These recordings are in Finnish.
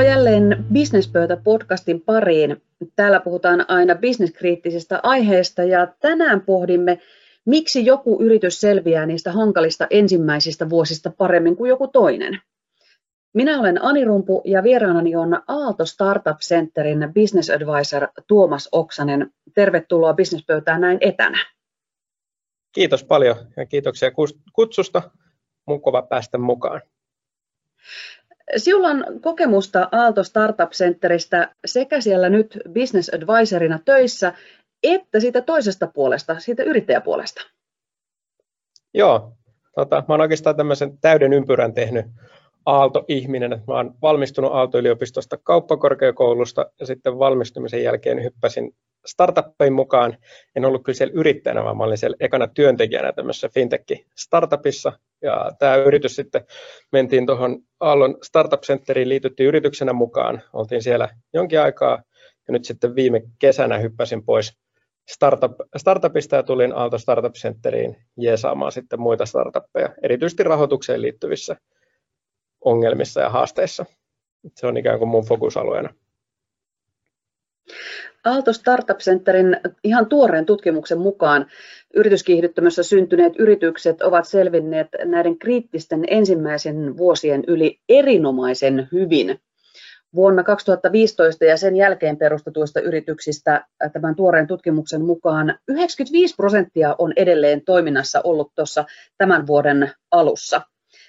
jälleen Businesspöytä-podcastin pariin. Täällä puhutaan aina bisneskriittisistä aiheista ja tänään pohdimme, miksi joku yritys selviää niistä hankalista ensimmäisistä vuosista paremmin kuin joku toinen. Minä olen Ani Rumpu ja vieraanani on Aalto Startup Centerin Business Advisor Tuomas Oksanen. Tervetuloa Businesspöytään näin etänä. Kiitos paljon ja kiitoksia kutsusta. Mukava päästä mukaan. Sinulla on kokemusta Aalto Startup Centeristä sekä siellä nyt Business Advisorina töissä, että siitä toisesta puolesta, siitä yrittäjäpuolesta. Joo, mä olen oikeastaan tämmöisen täyden ympyrän tehnyt Aalto-ihminen. Mä olen valmistunut Aalto-yliopistosta kauppakorkeakoulusta ja sitten valmistumisen jälkeen hyppäsin startuppeihin mukaan. En ollut kyllä siellä yrittäjänä, vaan mä olin siellä ekana työntekijänä tämmöisessä fintech-startupissa. Ja tämä yritys sitten mentiin tuohon Aallon Startup Centeriin, liityttiin yrityksenä mukaan. Oltiin siellä jonkin aikaa ja nyt sitten viime kesänä hyppäsin pois startupista ja tulin Aalto Startup Centeriin jeesaamaan sitten muita startuppeja, erityisesti rahoitukseen liittyvissä ongelmissa ja haasteissa. Se on ikään kuin mun fokusalueena. Aalto Startup Centerin ihan tuoreen tutkimuksen mukaan yrityskiihdyttämössä syntyneet yritykset ovat selvinneet näiden kriittisten ensimmäisen vuosien yli erinomaisen hyvin. Vuonna 2015 ja sen jälkeen perustetuista yrityksistä tämän tuoreen tutkimuksen mukaan 95% on edelleen toiminnassa ollut tuossa tämän vuoden alussa.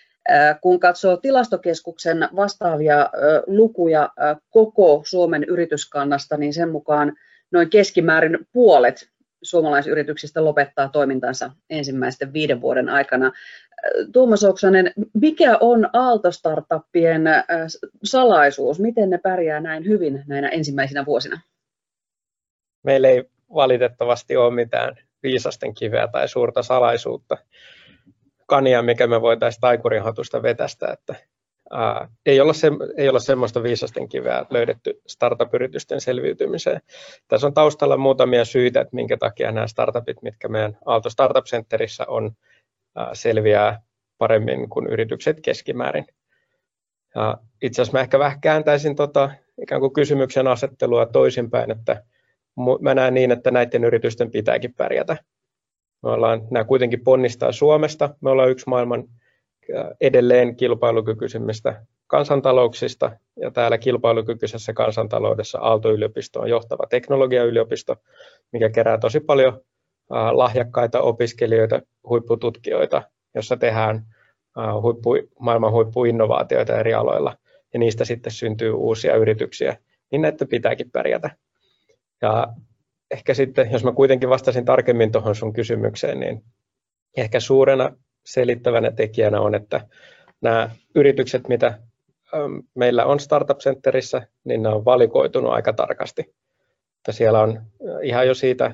Kun katsoo Tilastokeskuksen vastaavia lukuja koko Suomen yrityskannasta, niin sen mukaan noin keskimäärin puolet suomalaisyrityksistä lopettaa toimintansa ensimmäisten 5 vuoden aikana. Tuomas Oksanen, mikä on Aalto-startuppien salaisuus? Miten ne pärjää näin hyvin näinä ensimmäisinä vuosina? Meillä ei valitettavasti ole mitään viisasten kiveä tai suurta salaisuutta. Kania, mikä me voitaisiin taikurin hatusta vetästä, että ei olla semmoista viisasten kiveä löydetty startup-yritysten selviytymiseen. Tässä on taustalla muutamia syitä, että minkä takia nämä startupit, mitkä meidän Aalto Startup Centerissä on, selviää paremmin kuin yritykset keskimäärin. Ja itse asiassa mä ehkä vähän kääntäisin ikään kuin kysymyksen asettelua toisinpäin, että mä näen niin, että näiden yritysten pitääkin pärjätä. Nämä kuitenkin ponnistaa Suomesta. Me ollaan yksi maailman edelleen kilpailukykyisimmistä kansantalouksista, ja täällä kilpailukykyisessä kansantaloudessa Aalto-yliopisto on johtava teknologiayliopisto, mikä kerää tosi paljon lahjakkaita opiskelijoita, huippututkijoita, jossa tehdään maailman huippuinnovaatioita eri aloilla, ja niistä sitten syntyy uusia yrityksiä, niin näitä pitääkin pärjätä. Ja ehkä sitten, jos mä kuitenkin vastasin tarkemmin tuohon sun kysymykseen, niin ehkä suurena selittävänä tekijänä on, että nämä yritykset, mitä meillä on Startup Centerissä, niin ne on valikoitunut aika tarkasti. Että siellä on ihan jo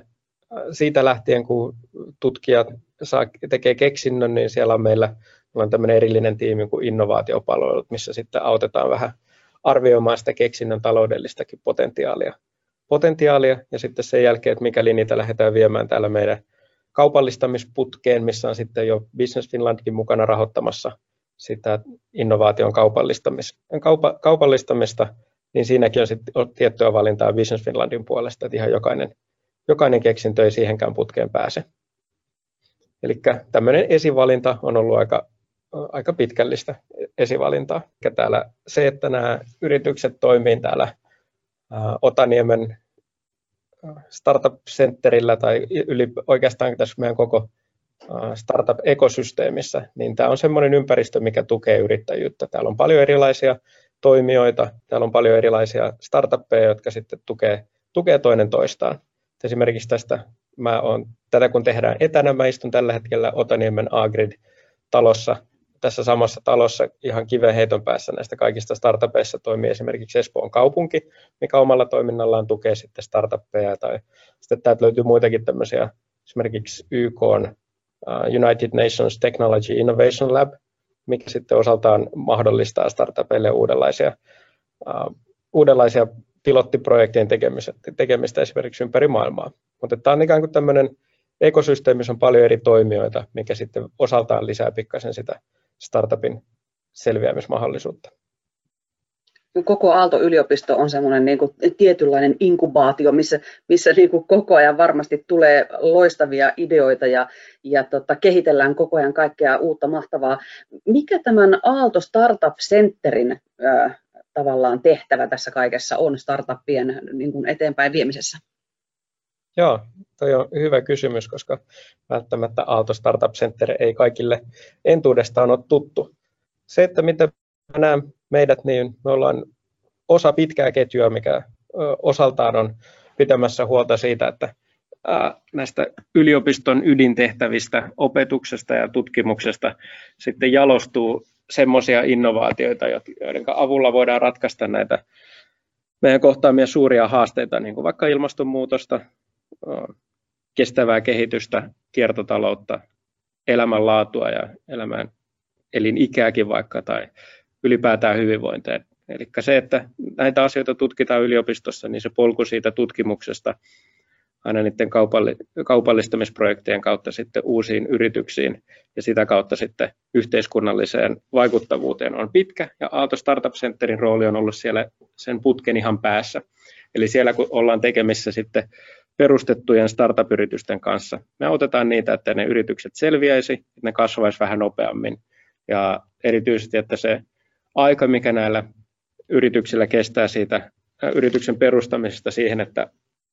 siitä lähtien, kun tutkijat tekee keksinnön, niin siellä on meillä on tämmöinen erillinen tiimi kuin innovaatiopalvelut, missä sitten autetaan vähän arvioimaan sitä keksinnön taloudellistakin potentiaalia ja sitten sen jälkeen, että mikäli niitä lähdetään viemään täällä meidän kaupallistamisputkeen, missä on sitten jo Business Finlandkin mukana rahoittamassa sitä innovaation kaupallistamista, niin siinäkin on sitten tiettyä valintaa Business Finlandin puolesta, että ihan jokainen keksintö ei siihenkään putkeen pääse. Eli tämmöinen esivalinta on ollut aika pitkällistä esivalintaa. Ja täällä se, että nämä yritykset toimii täällä Otaniemen Startup Centerillä tai oikeastaan tässä meidän koko startup-ekosysteemissä, niin tämä on semmoinen ympäristö, mikä tukee yrittäjyyttä. Täällä on paljon erilaisia toimijoita, täällä on paljon erilaisia startuppeja, jotka sitten tukee toinen toistaan. Esimerkiksi tätä kun tehdään etänä, mä istun tällä hetkellä Otaniemen Agrid-talossa. Tässä samassa talossa ihan kivenheiton päässä näistä kaikista startupeissa toimii esimerkiksi Espoon kaupunki, mikä omalla toiminnallaan tukee sitten startuppeja. Tai sitten täältä löytyy muitakin tämmöisiä, esimerkiksi YK:n United Nations Technology Innovation Lab, mikä sitten osaltaan mahdollistaa startupeille uudenlaisia pilottiprojektien tekemistä esimerkiksi ympäri maailmaa. Mutta tämä on ikään kuin tämmöinen ekosysteemi, missä on paljon eri toimijoita, mikä sitten osaltaan lisää pikkasen sitä startupin selviämismahdollisuutta. Koko Aalto-yliopisto on semmoinen niin kuin tietynlainen inkubaatio, missä niin kuin koko ajan varmasti tulee loistavia ideoita ja kehitellään koko ajan kaikkea uutta mahtavaa. Mikä tämän Aalto Startup Centerin tavallaan tehtävä tässä kaikessa on startuppien niin kuin eteenpäin viemisessä? Joo, toi on hyvä kysymys, koska välttämättä Aalto Startup Center ei kaikille entuudestaan ole tuttu. Se, että miten näen meidät, niin me ollaan osa pitkää ketjua, mikä osaltaan on pitämässä huolta siitä, että näistä yliopiston ydintehtävistä, opetuksesta ja tutkimuksesta sitten jalostuu semmoisia innovaatioita, joiden avulla voidaan ratkaista näitä meidän kohtaamia suuria haasteita, niin kuin vaikka ilmastonmuutosta, kestävää kehitystä, kiertotaloutta, elämänlaatua ja elämän elinikääkin vaikka tai ylipäätään hyvinvointia. Eli se, että näitä asioita tutkitaan yliopistossa, niin se polku siitä tutkimuksesta aina niiden kaupallistamisprojektien kautta sitten uusiin yrityksiin ja sitä kautta sitten yhteiskunnalliseen vaikuttavuuteen on pitkä. Ja Aalto Startup Centerin rooli on ollut siellä sen putken ihan päässä. Eli siellä kun ollaan tekemissä sitten perustettujen startup-yritysten kanssa, me autetaan niitä, että ne yritykset selviäisi, että ne kasvaisi vähän nopeammin. Ja erityisesti, että se aika, mikä näillä yrityksillä kestää siitä yrityksen perustamisesta siihen, että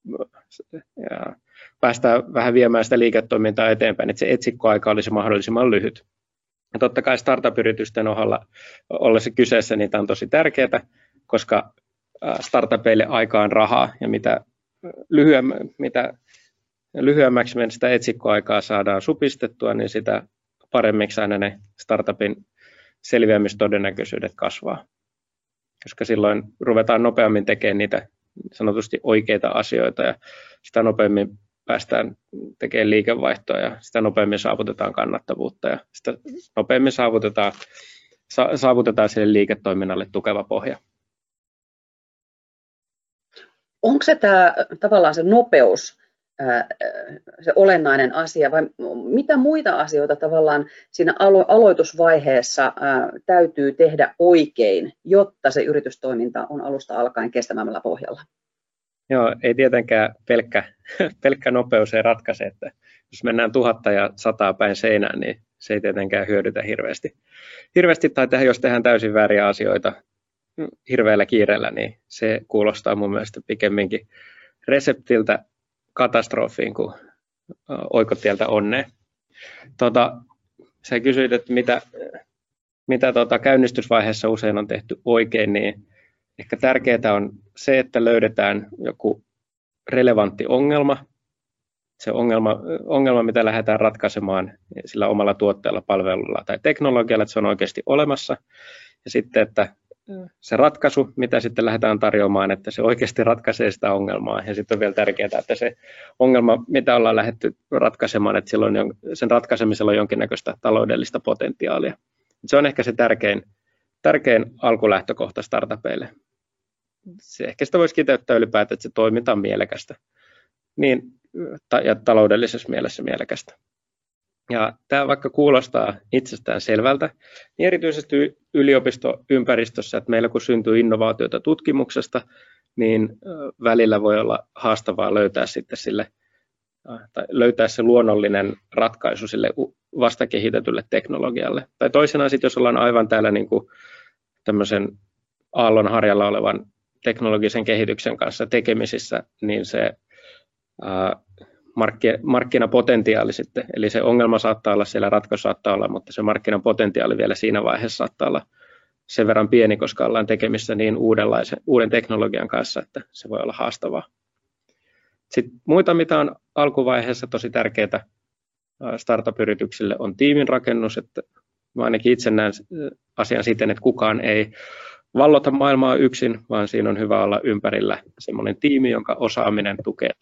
päästään vähän viemään sitä liiketoimintaa eteenpäin, että se etsikkoaika olisi mahdollisimman lyhyt. Ja totta kai startup-yritysten ollessa kyseessä, niin tämä on tosi tärkeää, koska startupeille aika on rahaa, ja mitä lyhyemmäksi me sitä etsikkoaikaa saadaan supistettua, niin sitä paremmiksi aina ne startupin selviämistodennäköisyydet kasvaa. Koska silloin ruvetaan nopeammin tekemään niitä sanotusti oikeita asioita ja sitä nopeammin päästään tekemään liikevaihtoa ja sitä nopeammin saavutetaan kannattavuutta ja sitä nopeammin saavutetaan sille liiketoiminnalle tukeva pohja. Onko se tämä tavallaan se nopeus se olennainen asia vai mitä muita asioita tavallaan siinä aloitusvaiheessa täytyy tehdä oikein, jotta se yritystoiminta on alusta alkaen kestävämmällä pohjalla? Joo, ei tietenkään pelkkä nopeus ei ratkaise, että jos mennään 1000 ja 100 päin seinään, niin se ei tietenkään hyödytä hirveästi tai jos tehdään täysin vääriä asioita hirveällä kiireellä, niin se kuulostaa mun mielestä pikemminkin reseptiltä katastrofiin kuin oikotieltä onneen. Sä kysyit, että mitä käynnistysvaiheessa usein on tehty oikein, niin ehkä tärkeää on se, että löydetään joku relevantti ongelma. Se ongelma, mitä lähdetään ratkaisemaan sillä omalla tuotteella, palvelulla tai teknologialla, että se on oikeasti olemassa. Ja sitten, että se ratkaisu, mitä sitten lähdetään tarjoamaan, että se oikeasti ratkaisee sitä ongelmaa. Ja sitten on vielä tärkeää, että se ongelma, mitä ollaan lähdetty ratkaisemaan, että silloin sen ratkaisemisella on jonkinnäköistä taloudellista potentiaalia. Se on ehkä se tärkein alkulähtökohta startupeille. Ehkä sitä voisi kiteyttää ylipäätään, että se toiminta on mielekästä ja taloudellisessa mielessä mielekästä. Ja tämä vaikka kuulostaa itsestään selvältä, niin erityisesti yliopistoympäristössä, että meillä kun syntyy innovaatioita tutkimuksesta, niin välillä voi olla haastavaa löytää se luonnollinen ratkaisu sille vasta kehitetylle teknologialle. Tai toisenaan sitten, jos ollaan aivan täällä niin kuin tämmöisen aallon harjalla olevan teknologisen kehityksen kanssa tekemisissä, niin se markkinapotentiaali sitten, eli se ongelma saattaa olla siellä, ratkaisu saattaa olla, mutta se markkinapotentiaali vielä siinä vaiheessa saattaa olla sen verran pieni, koska ollaan tekemissä niin uuden teknologian kanssa, että se voi olla haastavaa. Sitten muita, mitä on alkuvaiheessa tosi tärkeää startup-yrityksille, on tiimin rakennus, että mä ainakin itse näen asian siten, että kukaan ei vallota maailmaa yksin, vaan siinä on hyvä olla ympärillä semmoinen tiimi, jonka osaaminen tukee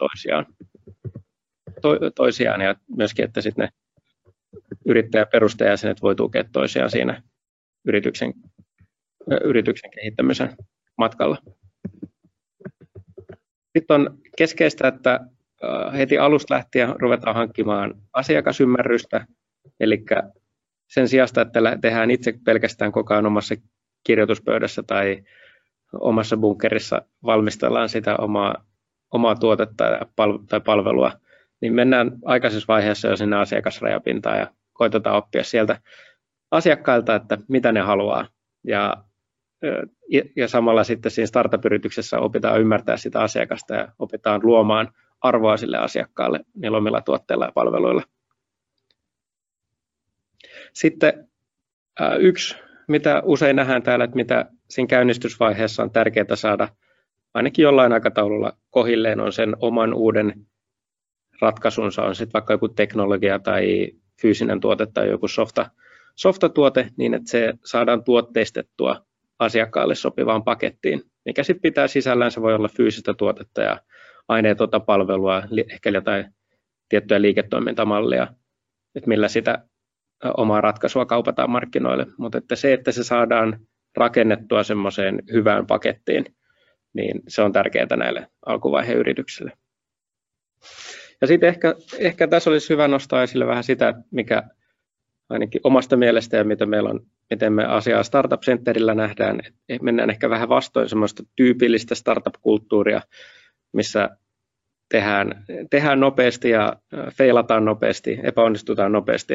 toisiaan ja myöskin, että sitten ne yrittäjäperustajajäsenet voi tukea toisiaan siinä yrityksen kehittämisen matkalla. Sitten on keskeistä, että heti alusta lähtien ruvetaan hankkimaan asiakasymmärrystä, eli sen sijasta, että tehdään itse pelkästään koko ajan omassa kirjoituspöydässä tai omassa bunkkerissa valmistellaan sitä omaa tuotetta tai palvelua, niin mennään aikaisessa vaiheessa jo sinne asiakasrajapintaan ja koitetaan oppia sieltä asiakkailta, että mitä ne haluaa. Ja samalla sitten siinä startup-yrityksessä opitaan ymmärtää sitä asiakasta ja opitaan luomaan arvoa sille asiakkaalle niillä omilla tuotteilla ja palveluilla. Sitten yksi, mitä usein nähdään täällä, että mitä siinä käynnistysvaiheessa on tärkeää saada ainakin jollain aikataululla kohilleen, on sen oman uuden ratkaisunsa, on sitten vaikka joku teknologia tai fyysinen tuote tai joku softatuote, niin että se saadaan tuotteistettua asiakkaalle sopivaan pakettiin, mikä sitten pitää sisällään, se voi olla fyysistä tuotetta ja aineetonta palvelua, ehkä jotain tiettyä liiketoimintamallia, että millä sitä omaa ratkaisua kaupataan markkinoille, mutta että se saadaan rakennettua semmoiseen hyvään pakettiin, niin se on tärkeää näille alkuvaiheen yrityksille. Ja sitten ehkä tässä olisi hyvä nostaa esille vähän sitä, mikä ainakin omasta mielestä ja miten me asiaa Startup Centerillä nähdään, että mennään ehkä vähän vastoin semmoista tyypillistä startup-kulttuuria, missä tehdään nopeasti ja feilataan nopeasti, epäonnistutaan nopeasti,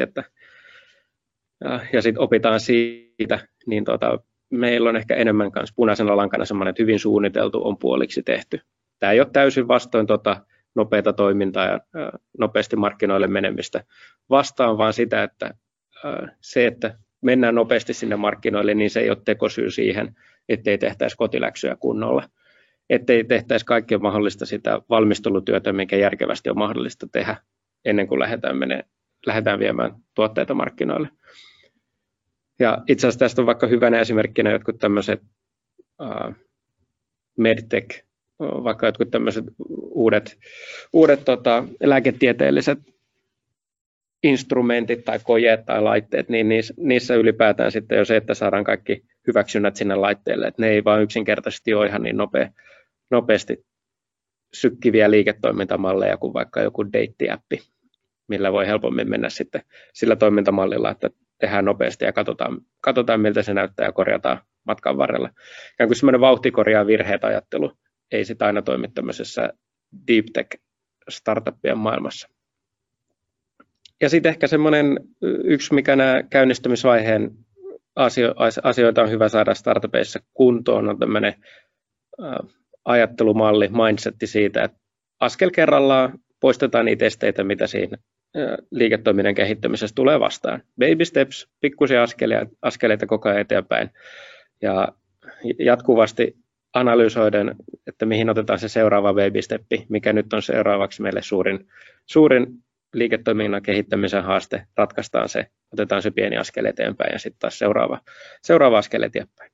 ja sitten opitaan siitä, niin meillä on ehkä enemmän kanssa punaisena lankana semmoinen, että hyvin suunniteltu on puoliksi tehty. Tämä ei ole täysin vastoin nopeata toimintaa ja nopeasti markkinoille menemistä vastaan, vaan sitä, että se, että mennään nopeasti sinne markkinoille, niin se ei ole tekosyy siihen, ettei tehtäisi kotiläksyjä kunnolla. Ettei tehtäisi kaikkea mahdollista sitä valmistelutyötä, mikä järkevästi on mahdollista tehdä ennen kuin lähdetään viemään tuotteita markkinoille. Ja itse asiassa tästä on vaikka hyvänä esimerkkinä jotkut tämmöiset medtech, vaikka jotkut tämmöiset uudet lääketieteelliset instrumentit tai kojeet tai laitteet, niin niissä ylipäätään sitten jo se, että saadaan kaikki hyväksynnät sinne laitteelle, että ne ei vaan yksinkertaisesti ole ihan niin nopeasti sykkiviä liiketoimintamalleja kuin vaikka joku date-appi, millä voi helpommin mennä sitten sillä toimintamallilla, että tehdään nopeasti ja katsotaan miltä se näyttää ja korjataan matkan varrella. Ikään kuin semmoinen vauhtikorjaa virheet ajattelu ei sitä aina toimi tämmöisessä deep tech startuppien maailmassa. Ja sitten ehkä semmoinen yksi, mikä nämä käynnistymisvaiheen asioita on hyvä saada startupeissa kuntoon, on tämmöinen ajattelumalli, mindsetti siitä, että askel kerrallaan poistetaan niitä esteitä, mitä siinä liiketoiminnan kehittämisessä tulee vastaan. Baby steps, pikkuisia askeleita koko ajan eteenpäin ja jatkuvasti analysoiden, että mihin otetaan se seuraava baby steppi, mikä nyt on seuraavaksi meille suurin liiketoiminnan kehittämisen haaste, ratkaistaan se, otetaan se pieni askel eteenpäin ja sitten taas seuraava askel eteenpäin.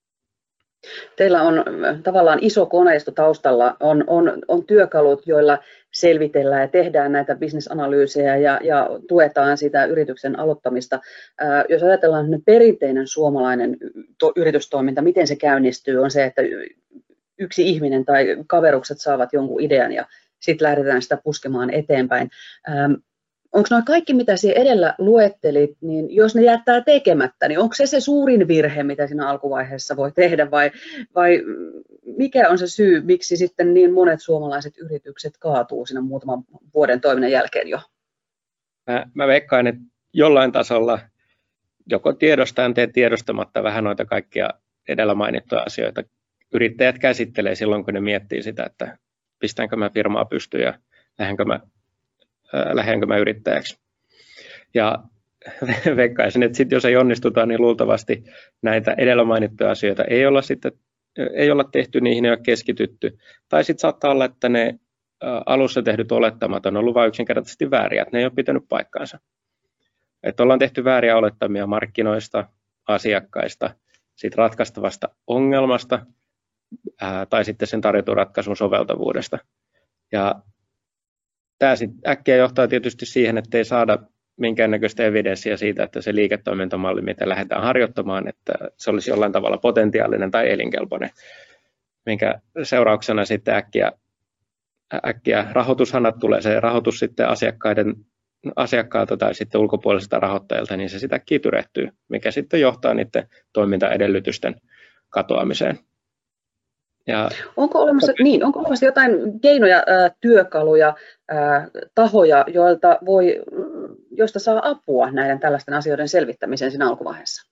Teillä on tavallaan iso koneisto taustalla, on työkalut, joilla selvitellään ja tehdään näitä bisnesanalyysejä ja tuetaan sitä yrityksen aloittamista. Jos ajatellaan perinteinen suomalainen yritystoiminta, miten se käynnistyy, on se, että yksi ihminen tai kaverukset saavat jonkun idean ja sitten lähdetään sitä puskemaan eteenpäin. Onko nuo kaikki, mitä siellä edellä luettelit, niin jos ne jättää tekemättä, niin onko se suurin virhe, mitä siinä alkuvaiheessa voi tehdä, vai mikä on se syy, miksi sitten niin monet suomalaiset yritykset kaatuu siinä muutaman vuoden toiminnan jälkeen jo? Mä veikkaan, että jollain tasolla joko tiedostaen tai tiedostamatta vähän noita kaikkia edellä mainittuja asioita yrittäjät käsittelee silloin, kun ne miettii sitä, että pistänkö mä firmaa pystyyn ja lähdenkö mä yrittäjäksi. Ja veikkaisin, että sit jos ei onnistuta, niin luultavasti näitä edellä mainittuja asioita ei olla tehty, niihin ei ole keskitytty. Tai sitten saattaa olla, että ne alussa tehdyt olettamat on ollut vain yksinkertaisesti vääriä, että ne ei ole pitänyt paikkaansa. Että ollaan tehty vääriä olettamia markkinoista, asiakkaista, siitä ratkaistavasta ongelmasta tai sitten sen tarjotun ratkaisun soveltavuudesta. Ja tämä sitten äkkiä johtaa tietysti siihen, että ei saada minkäännäköistä evidenssiä siitä, että se liiketoimintamalli, mitä lähdetään harjoittamaan, että se olisi jollain tavalla potentiaalinen tai elinkelpoinen, minkä seurauksena sitten äkkiä rahoitushanat tulee, se rahoitus sitten asiakkailta tai sitten ulkopuolisilta rahoittajilta, niin se sitä äkkiä tyrehtyy, mikä sitten johtaa niiden toimintaedellytysten katoamiseen. Onko olemassa jotain keinoja, työkaluja, tahoja, joista saa apua näiden tällaisten asioiden selvittämiseen siinä alkuvaiheessa?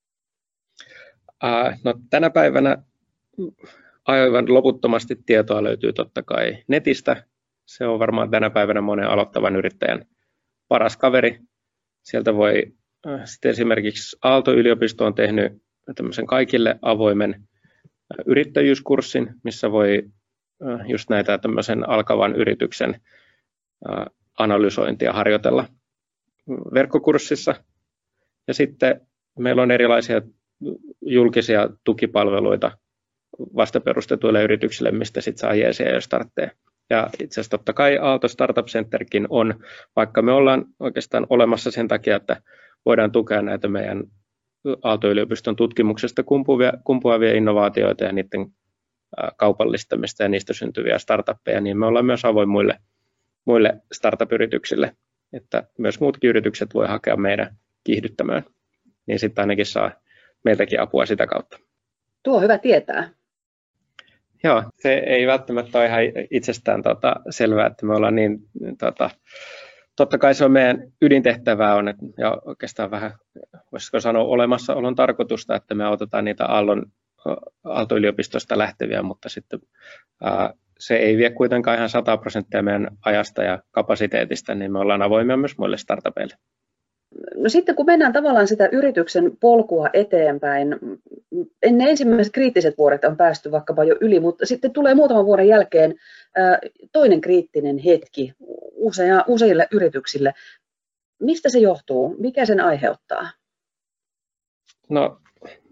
No, tänä päivänä aivan loputtomasti tietoa löytyy totta kai netistä. Se on varmaan tänä päivänä monen aloittavan yrittäjän paras kaveri. Sieltä voi sitten esimerkiksi Aalto-yliopisto on tehnyt tämmöisen kaikille avoimen yrittäjyyskurssin, missä voi just näitä tämmöisen alkavan yrityksen analysointia harjoitella verkkokurssissa. Ja sitten meillä on erilaisia julkisia tukipalveluita vastaperustetuille yrityksille, mistä sitten saa jeesiä ja startteja. Ja itse asiassa totta kai Aalto Startup Centerkin on, vaikka me ollaan oikeastaan olemassa sen takia, että voidaan tukea näitä meidän Aalto-yliopiston tutkimuksesta kumpuavia innovaatioita ja niiden kaupallistamista ja niistä syntyviä startuppeja, niin me ollaan myös avoin muille startup-yrityksille, että myös muutkin yritykset voi hakea meidän kiihdyttämään, niin sitten ainakin saa meiltäkin apua sitä kautta. Tuo on hyvä tietää. Joo, se ei välttämättä ole ihan itsestään selvää, että me ollaan niin, totta kai se on meidän ydintehtävää on, ja oikeastaan vähän, voisiko sanoa olemassaolon tarkoitusta, että me autetaan niitä Aalto-yliopistosta lähteviä, mutta sitten se ei vie kuitenkaan ihan 100% meidän ajasta ja kapasiteetista, niin me ollaan avoimia myös muille startupeille. No sitten kun mennään tavallaan sitä yrityksen polkua eteenpäin, ennen ensimmäiset kriittiset vuodet on päästy vaikkapa jo yli, mutta sitten tulee muutaman vuoden jälkeen toinen kriittinen hetki useille yrityksille. Mistä se johtuu? Mikä sen aiheuttaa? No,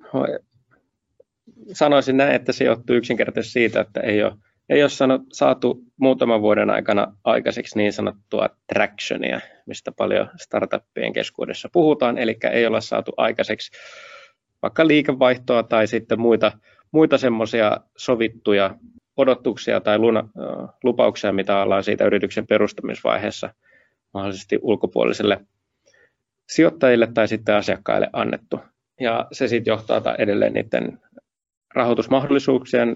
sanoisin näin, että se johtuu yksinkertaisesti siitä, että ei ole saatu muutaman vuoden aikana aikaiseksi niin sanottua tractionia, mistä paljon startuppien keskuudessa puhutaan, eli ei ole saatu aikaiseksi vaikka liikevaihtoa tai sitten muita semmoisia sovittuja odotuksia tai lupauksia, mitä ollaan siitä yrityksen perustamisvaiheessa mahdollisesti ulkopuolisille sijoittajille tai sitten asiakkaille annettu. Ja se sitten johtaa edelleen niiden rahoitusmahdollisuuksien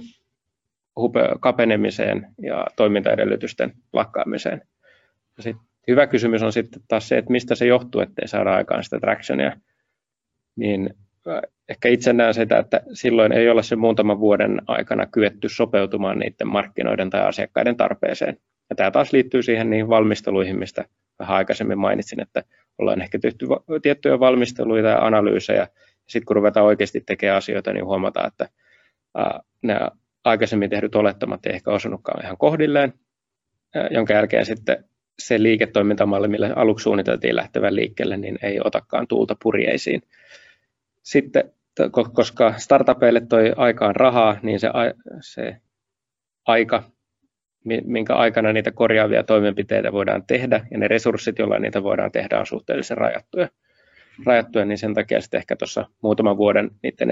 kapenemiseen ja toimintaedellytysten lakkaamiseen. Ja sitten hyvä kysymys on sitten taas se, että mistä se johtuu, ettei saada aikaan sitä tractionia. Niin ehkä itse näen sitä, että silloin ei ole se muutaman vuoden aikana kyetty sopeutumaan niiden markkinoiden tai asiakkaiden tarpeeseen. Ja tämä taas liittyy siihen niihin valmisteluihin, mistä vähän aikaisemmin mainitsin, että ollaan ehkä tehty tiettyjä valmisteluita ja analyysejä. Sitten kun ruvetaan oikeasti tekemään asioita, niin huomataan, että nämä aikaisemmin tehdyt olettamat ei ehkä osunutkaan ihan kohdilleen, jonka jälkeen sitten se liiketoimintamalli, millä aluksi suunniteltiin lähtevän liikkeelle, niin ei otakaan tuulta purjeisiin. Sitten, koska startupeille toi aikaan rahaa, niin se aika, minkä aikana niitä korjaavia toimenpiteitä voidaan tehdä, ja ne resurssit, joilla niitä voidaan tehdä, on suhteellisen rajattuja, niin sen takia sitten ehkä tuossa muutaman vuoden niiden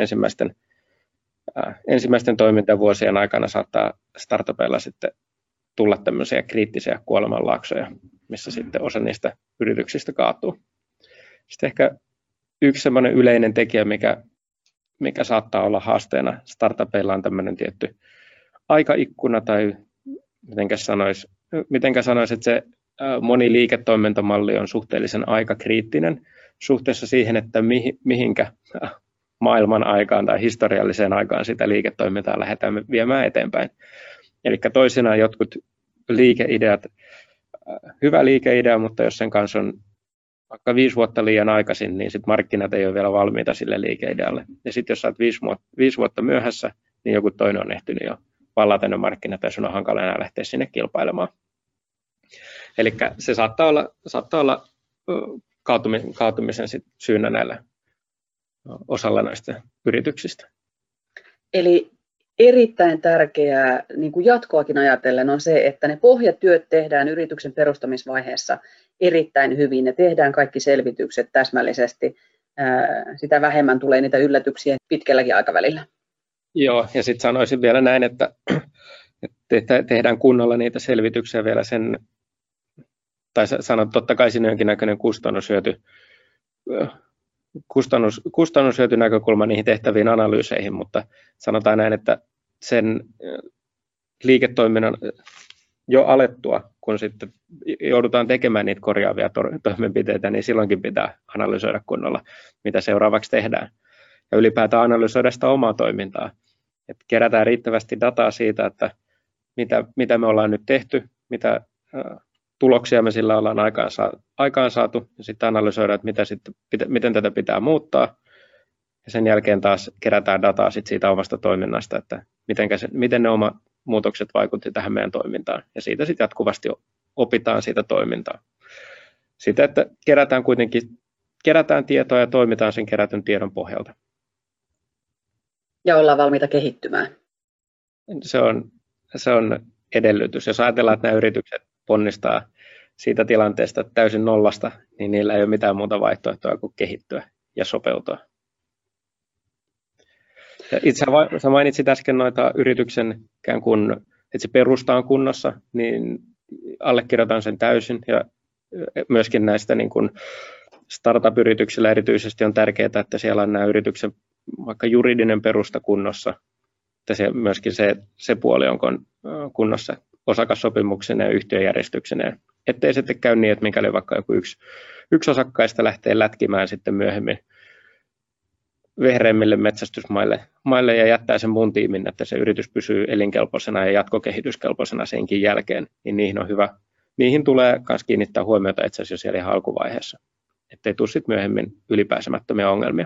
ensimmäisten toimintavuosien aikana saattaa startupeilla sitten tulla tämmöisiä kriittisiä kuolemanlaaksoja, missä sitten osa niistä yrityksistä kaatuu. Sitten ehkä yksi semmoinen yleinen tekijä, mikä saattaa olla haasteena startupeilla, on tämmöinen tietty aikaikkuna, tai mitenkä sanoisi, että se moni liiketoimintamalli on suhteellisen aikakriittinen suhteessa siihen, että mihinkä maailman aikaan tai historialliseen aikaan sitä liiketoimintaa lähdetään viemään eteenpäin. Eli toisinaan jotkut liikeideat, hyvä liikeidea, mutta jos sen kanssa on vaikka 5 vuotta liian aikaisin, niin sit markkinat ei ole vielä valmiita sille liikeidealle. Ja sitten jos olet 5 vuotta myöhässä, niin joku toinen on ehtinyt jo vallata ne markkinat ja sun on hankala enää lähteä sinne kilpailemaan. Eli se saattaa olla kaatumisen syynä näillä osalla näistä yrityksistä. Eli erittäin tärkeää niin kuin jatkoakin ajatellen on se, että ne pohjatyöt tehdään yrityksen perustamisvaiheessa erittäin hyvin. Ne tehdään kaikki selvitykset täsmällisesti. Sitä vähemmän tulee niitä yllätyksiä pitkälläkin aikavälillä. Joo, ja sitten sanoisin vielä näin, että tehdään kunnolla niitä selvityksiä vielä tai sanon totta kai siinä jonkinnäköinen kustannushyötynäkökulma niihin tehtäviin analyyseihin, mutta sanotaan näin, että sen liiketoiminnan jo alettua, kun sitten joudutaan tekemään niitä korjaavia toimenpiteitä, niin silloinkin pitää analysoida kunnolla, mitä seuraavaksi tehdään. Ja ylipäätään analysoida sitä omaa toimintaa. Että kerätään riittävästi dataa siitä, että mitä me ollaan nyt tehty, mitä tuloksia me sillä ollaan aikaan saatu, ja sitten analysoidaan, että miten tätä pitää muuttaa. Ja sen jälkeen taas kerätään dataa siitä omasta toiminnasta, että miten ne omat muutokset vaikutti tähän meidän toimintaan. Ja siitä sitten jatkuvasti opitaan siitä toimintaa. Sitä, että kerätään tietoa ja toimitaan sen kerätyn tiedon pohjalta. Ja ollaan valmiita kehittymään. Se on edellytys. Jos ajatellaan, että nämä yritykset ponnistaa siitä tilanteesta täysin nollasta, niin niillä ei ole mitään muuta vaihtoehtoa kuin kehittyä ja sopeutua. Itse sä mainitsit äsken noita yrityksen ikään kuin, että se perusta on kunnossa, niin allekirjoitan sen täysin. Ja myöskin näistä niin kuin startup-yrityksillä erityisesti on tärkeää, että siellä on nämä yrityksen vaikka juridinen perusta kunnossa, että myöskin se puoli on kunnossa osakassopimuksen ja yhtiöjärjestyksen. Ettei sitten käy niin, että mikäli vaikka joku yksi osakkaista lähtee lätkimään sitten myöhemmin vehreimmille metsästysmaille ja jättää sen muun tiimin, että se yritys pysyy elinkelpoisena ja jatkokehityskelpoisena senkin jälkeen, niin niihin tulee myös kiinnittää huomiota itse asiassa jo siellä ihan alkuvaiheessa, ettei tule sitten myöhemmin ylipääsemättömiä ongelmia.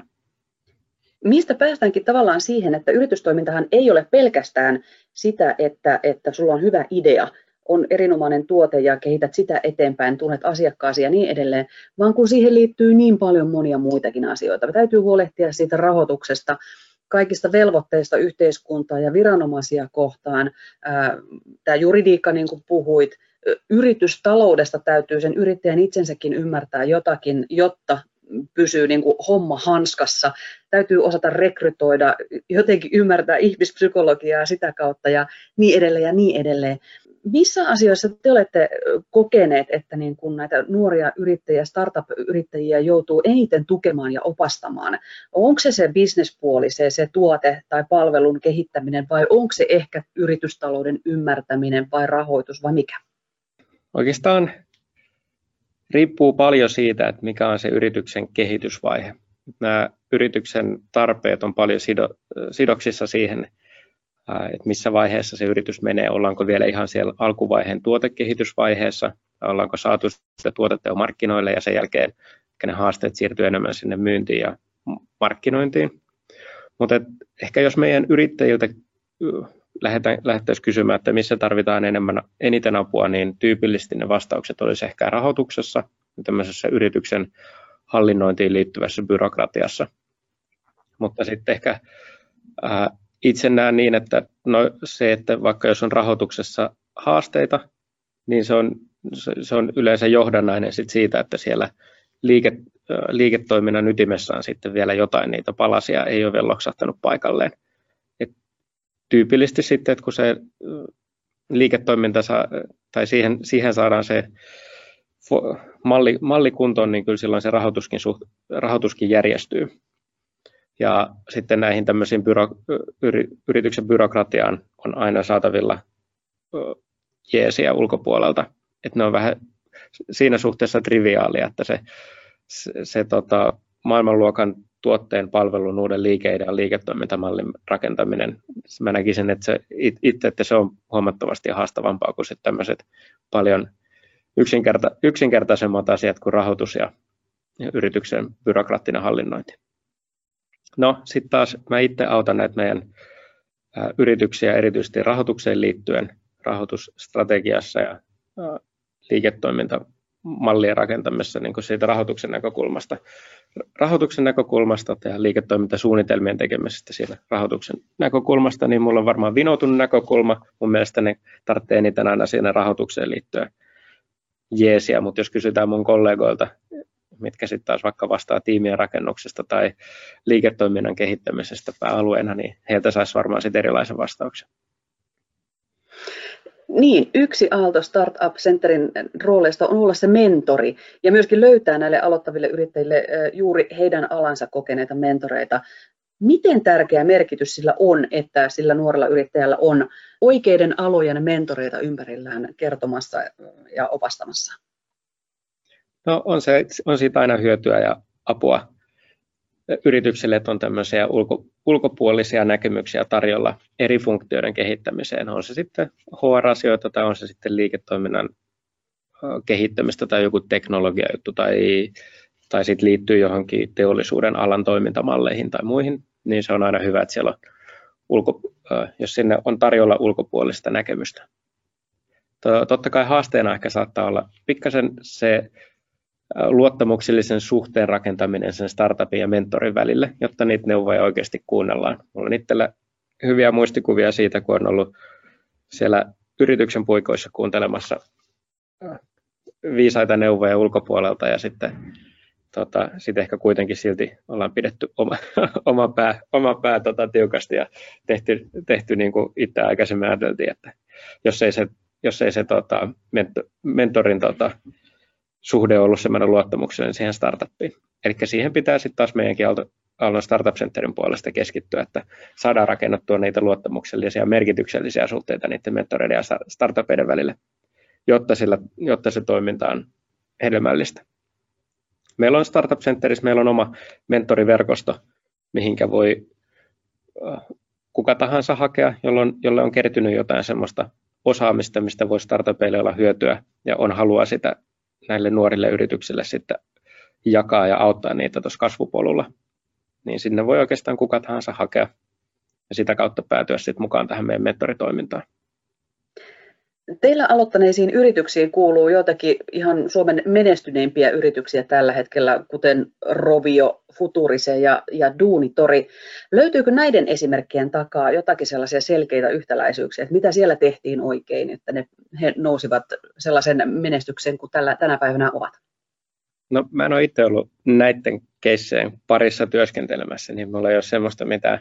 Mistä päästäänkin tavallaan siihen, että yritystoimintahan ei ole pelkästään sitä, että sulla on hyvä idea, on erinomainen tuote ja kehität sitä eteenpäin, tunnet asiakkaasi ja niin edelleen, vaan kun siihen liittyy niin paljon monia muitakin asioita. Me täytyy huolehtia siitä rahoituksesta, kaikista velvoitteista yhteiskuntaa ja viranomaisia kohtaan. Tämä juridiikka, niin kuin puhuit, yritystaloudesta täytyy sen yrittäjän itsensäkin ymmärtää jotakin, jotta pysyy niin kuin homma hanskassa. Täytyy osata rekrytoida, jotenkin ymmärtää ihmispsykologiaa sitä kautta ja niin edelleen ja niin edelleen. Missä asioissa te olette kokeneet, että niin kun näitä nuoria yrittäjiä, startup-yrittäjiä joutuu eniten tukemaan ja opastamaan? Onko se bisnespuoli, se tuote tai palvelun kehittäminen vai onko se ehkä yritystalouden ymmärtäminen vai rahoitus vai mikä? Oikeastaan riippuu paljon siitä, että mikä on se yrityksen kehitysvaihe. Nämä yrityksen tarpeet on paljon sidoksissa siihen, että missä vaiheessa se yritys menee. Ollaanko vielä ihan siellä alkuvaiheen tuotekehitysvaiheessa, ollaanko saatu sitä tuotetta jo markkinoille ja sen jälkeen ne haasteet siirtyy enemmän sinne myyntiin ja markkinointiin. Mutta ehkä jos meidän yrittäjiltä lähdettäisiin kysymään, että missä tarvitaan eniten apua, niin tyypillisesti ne vastaukset olisi ehkä rahoituksessa, tämmöisessä yrityksen hallinnointiin liittyvässä byrokratiassa. Mutta sitten ehkä itse näen niin, että että vaikka jos on rahoituksessa haasteita, niin se on yleensä johdannainen siitä, että siellä liiketoiminnan ytimessä on sitten vielä jotain niitä palasia, ei ole vielä loksahtanut paikalleen. Tyypillisesti sitten, että kun se liiketoiminta tai siihen saadaan se malli kuntoon, niin kyllä silloin se rahoituskin järjestyy. Ja sitten näihin tämmöisiin yrityksen byrokratiaan on aina saatavilla jeesiä ulkopuolelta. Että ne on vähän siinä suhteessa triviaalia, että se maailmanluokan tuotteen, palvelun, uuden liikeidean, liiketoimintamallin rakentaminen. Mä näkisin, että se on huomattavasti haastavampaa kuin sitten tämmöiset paljon yksinkertaisemmat asiat kuin rahoitus ja yrityksen byrokraattinen hallinnointi. No sitten taas mä itse autan näitä meidän yrityksiä erityisesti rahoitukseen liittyen, rahoitusstrategiassa ja liiketoimintamallien rakentamisessa niin kuin siitä rahoituksen näkökulmasta ja liiketoimintasuunnitelmien tekemisestä siitä rahoituksen näkökulmasta, niin mulla on varmaan vinoutunut näkökulma. Mun mielestä ne tarvitsee eniten aina siinä rahoitukseen liittyen jeesiä, mutta jos kysytään mun kollegoilta, mitkä sitten taas vaikka vastaa tiimien rakennuksesta tai liiketoiminnan kehittämisestä pääalueena, niin heiltä saisi varmaan sitten erilaisen vastauksen. Niin, yksi Aalto Startup Centerin rooleista on olla se mentori ja myöskin löytää näille aloittaville yrittäjille juuri heidän alansa kokeneita mentoreita. Miten tärkeä merkitys sillä on, että sillä nuorella yrittäjällä on oikeiden alojen mentoreita ympärillään kertomassa ja opastamassa? No on siitä aina hyötyä ja apua yritykselle, että on tämmöisiä ulkopuolisia näkemyksiä tarjolla eri funktioiden kehittämiseen. On se sitten HR-asioita tai on se sitten liiketoiminnan kehittämistä tai joku teknologiajuttu tai sitten liittyy johonkin teollisuuden alan toimintamalleihin tai muihin, niin se on aina hyvä, että siellä on jos sinne on tarjolla ulkopuolista näkemystä. Totta kai haasteena ehkä saattaa olla pikkasen se luottamuksellisen suhteen rakentaminen sen startupin ja mentorin välille, jotta niitä neuvoja oikeasti kuunnellaan. Mulla on itsellä hyviä muistikuvia siitä, kun on ollut siellä yrityksen puikoissa kuuntelemassa viisaita neuvoja ulkopuolelta ja sitten ehkä kuitenkin silti ollaan pidetty oma pää tiukasti ja tehty niin kuin itse aikaisemmin ajateltiin, että jos ei se mentorin suhde on ollut semmoinen luottamuksellinen siihen startuppiin. Eli siihen pitää sitten taas meidänkin Aallon Startup Centerin puolesta keskittyä, että saadaan rakennettua niitä luottamuksellisia ja merkityksellisiä suhteita niiden mentoreiden ja startupeiden välille, jotta se toiminta on hedelmällistä. Meillä on Startup Centerissä, meillä on oma mentoriverkosto, mihinkä voi kuka tahansa hakea, jolle on kertynyt jotain semmoista osaamista, mistä voi startupeille olla hyötyä ja on halua sitä näille nuorille yrityksille sitten jakaa ja auttaa niitä tuossa kasvupolulla. Niin sinne voi oikeastaan kuka tahansa hakea ja sitä kautta päätyä sitten mukaan tähän meidän mentoritoimintaan. Teillä aloittaneisiin yrityksiin kuuluu joitakin ihan Suomen menestyneimpiä yrityksiä tällä hetkellä, kuten Rovio, Futurise ja Duunitori. Löytyykö näiden esimerkkien takaa jotakin sellaisia selkeitä yhtäläisyyksiä, että mitä siellä tehtiin oikein, että he nousivat sellaisen menestyksen kuin tänä päivänä ovat? No, mä en ole itse ollut näiden keissien parissa työskentelemässä, niin minulla ei ole semmoista mitään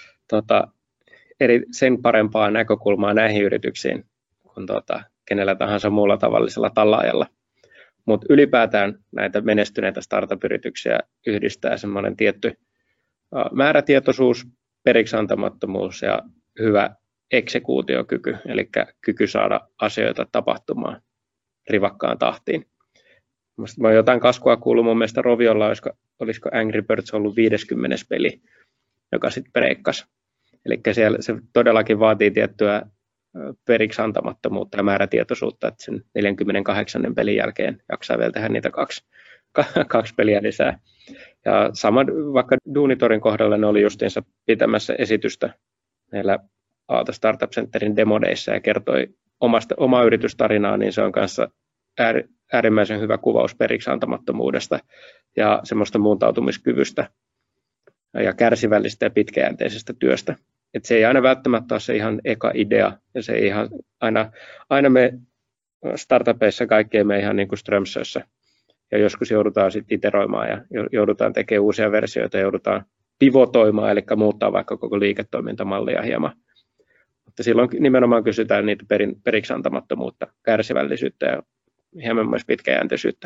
sen parempaa näkökulmaa näihin yrityksiin kuin kenellä tahansa muulla tavallisella tallaajalla. Mutta ylipäätään näitä menestyneitä startup-yrityksiä yhdistää semmoinen tietty määrätietoisuus, periksiantamattomuus ja hyvä eksekuutiokyky, eli kyky saada asioita tapahtumaan rivakkaan tahtiin. Mä oon jotain kaskua kuullut, mun mielestä Roviolla olisiko Angry Birds ollut 50. peli, joka sitten breikkasi. Eli se todellakin vaatii tiettyä periksi antamattomuutta ja määrätietoisuutta, että sen 48. pelin jälkeen jaksaa vielä tehdä niitä kaksi peliä lisää. Ja sama vaikka Duunitorin kohdalla ne oli justiinsa pitämässä esitystä meillä Aalto Startup Centerin demodeissa ja kertoi omaa yritystarinaa, niin se on kanssa äärimmäisen hyvä kuvaus periksi antamattomuudesta ja semmoista muuntautumiskyvystä ja kärsivällistä ja pitkäjänteisestä työstä. Et se ei aina välttämättä ole se ihan eka idea, ja se ei ihan aina me startupeissa kaikki ei mene ihan niin kuin Strömsössä. Ja joskus joudutaan sitten iteroimaan ja joudutaan tekemään uusia versioita, joudutaan pivotoimaan, eli muuttaa vaikka koko liiketoimintamallia hieman. Mutta silloin nimenomaan kysytään niitä periksi antamattomuutta, kärsivällisyyttä ja hieman myös pitkäjänteisyyttä.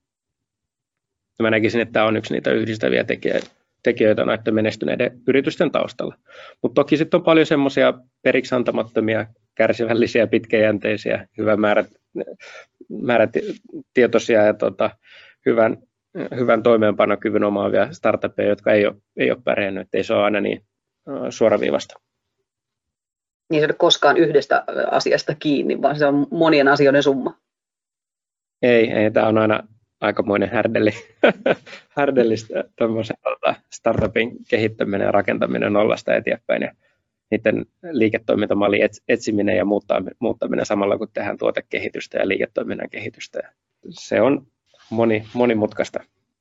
Mä näkisin, että tämä on yksi niitä yhdistäviä tekijöitä näiden menestyneiden yritysten taustalla. Mutta toki sitten on paljon semmoisia periksi antamattomia, kärsivällisiä, pitkäjänteisiä, hyvän määrätietoisia ja hyvän toimeenpanokyvyn omaavia startupeja, jotka ei ole pärjännyt. Ei se ole aina niin suoraviivasta. Niin se ei ole koskaan yhdestä asiasta kiinni, vaan se on monien asioiden summa. Ei, tämä on aina aikamoinen härdellistä startupin kehittäminen ja rakentaminen nollasta eteenpäin ja niiden liiketoimintamallin etsiminen ja muuttaminen samalla kun tehdään tuotekehitystä ja liiketoiminnan kehitystä. Se on monimutkaista.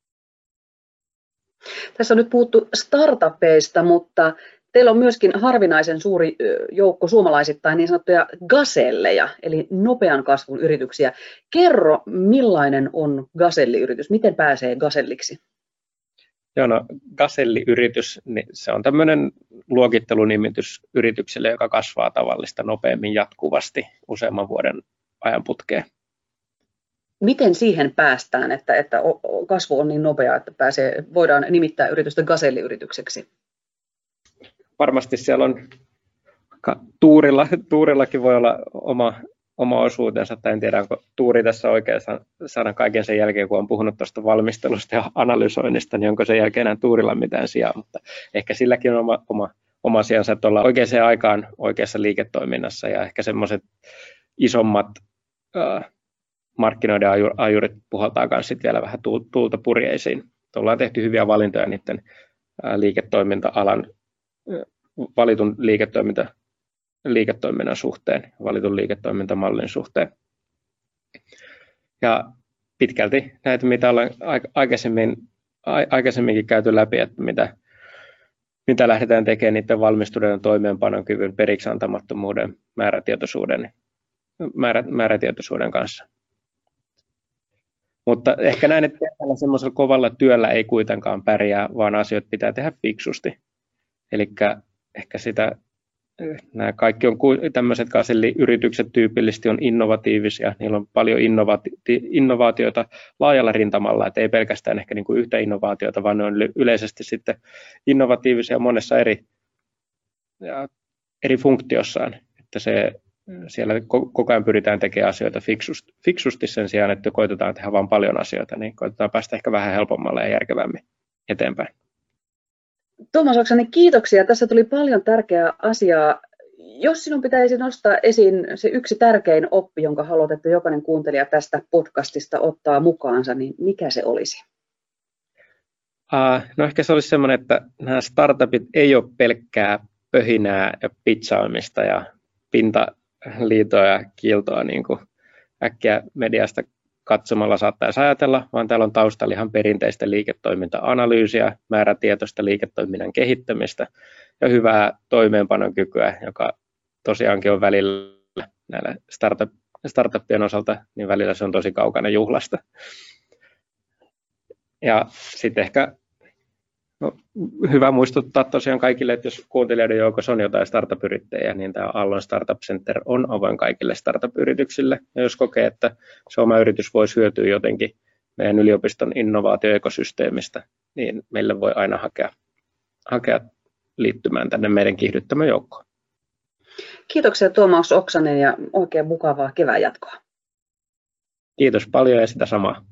Tässä on nyt puhuttu startupeista, mutta teillä on myöskin harvinaisen suuri joukko suomalaisittain niin sanottuja gaselleja, eli nopean kasvun yrityksiä. Kerro, millainen on gaselliyritys? Miten pääsee gaselliksi? Joo, no gaselliyritys, niin se on tämmöinen luokittelunimitys yritykselle, joka kasvaa tavallista nopeammin jatkuvasti useamman vuoden ajan putkeen. Miten siihen päästään, että kasvu on niin nopea, että voidaan nimittää yritystä gaselliyritykseksi? varmasti siellä on tuurillakin voi olla oma osuutensa, tai en tiedä, onko tuuri tässä oikein saada kaiken sen jälkeen, kun on puhunut tuosta valmistelusta ja analysoinnista, niin onko sen jälkeen enää tuurilla mitään sijaa, mutta ehkä silläkin on oma sijansa, että ollaan oikeaan aikaan oikeassa liiketoiminnassa, ja ehkä semmoiset isommat markkinoiden ajurit puhaltaa myös sitten vielä vähän tuulta purjeisiin. Ollaan tehty hyviä valintoja niiden liiketoiminta-alan valitun liiketoiminnan suhteen, valitun liiketoimintamallin suhteen. Ja pitkälti näitä, mitä ollaan aikaisemminkin käyty läpi, että mitä lähdetään tekemään niiden valmistuneiden toimeenpanon kyvyn, periksi antamattomuuden, määrätietoisuuden kanssa. Nämä ehkä näin, että semmoisella kovalla työllä ei kuitenkaan pärjää, vaan asioita pitää tehdä fiksusti. Eli ehkä nämä kaikki on tämmöiset yritykset tyypillisesti on innovatiivisia, niillä on paljon innovaatioita laajalla rintamalla, että ei pelkästään ehkä niin kuin yhtä innovaatiota, vaan ne on yleisesti sitten innovatiivisia monessa eri funktiossaan, että siellä koko ajan pyritään tekemään asioita fiksusti sen sijaan, että koitetaan tehdä vain paljon asioita, niin koitetaan päästä ehkä vähän helpommalla ja järkevämmin eteenpäin. Tuomas Oksanen, kiitoksia. Tässä tuli paljon tärkeää asiaa. Jos sinun pitäisi nostaa esiin se yksi tärkein oppi, jonka haluat, että jokainen kuuntelija tästä podcastista ottaa mukaansa, niin mikä se olisi? No ehkä se olisi sellainen, että nämä startupit ei ole pelkkää pöhinää ja pitchaamista ja pintaliitoa ja kiiltoa, niin kuin äkkiä mediasta katsomalla saattaisi ajatella, vaan täällä on taustalla ihan perinteistä liiketoiminta-analyysiä, määrätietoista liiketoiminnan kehittämistä ja hyvää toimeenpanokykyä, joka tosiaankin on välillä näillä startuppien osalta, niin välillä se on tosi kaukana juhlasta. Ja sitten ehkä hyvä muistuttaa tosiaan kaikille, että jos kuuntelijoiden joukossa on jotain startup-yrittäjiä, niin tämä Aallon Startup Center on avoin kaikille startup-yrityksille. Ja jos kokee, että se oma yritys voisi hyötyä jotenkin meidän yliopiston innovaatioekosysteemistä, niin meille voi aina hakea liittymään tänne meidän kiihdyttämään joukkoon. Kiitoksia Tuomas Oksanen ja oikein mukavaa kevään jatkoa. Kiitos paljon ja sitä samaa.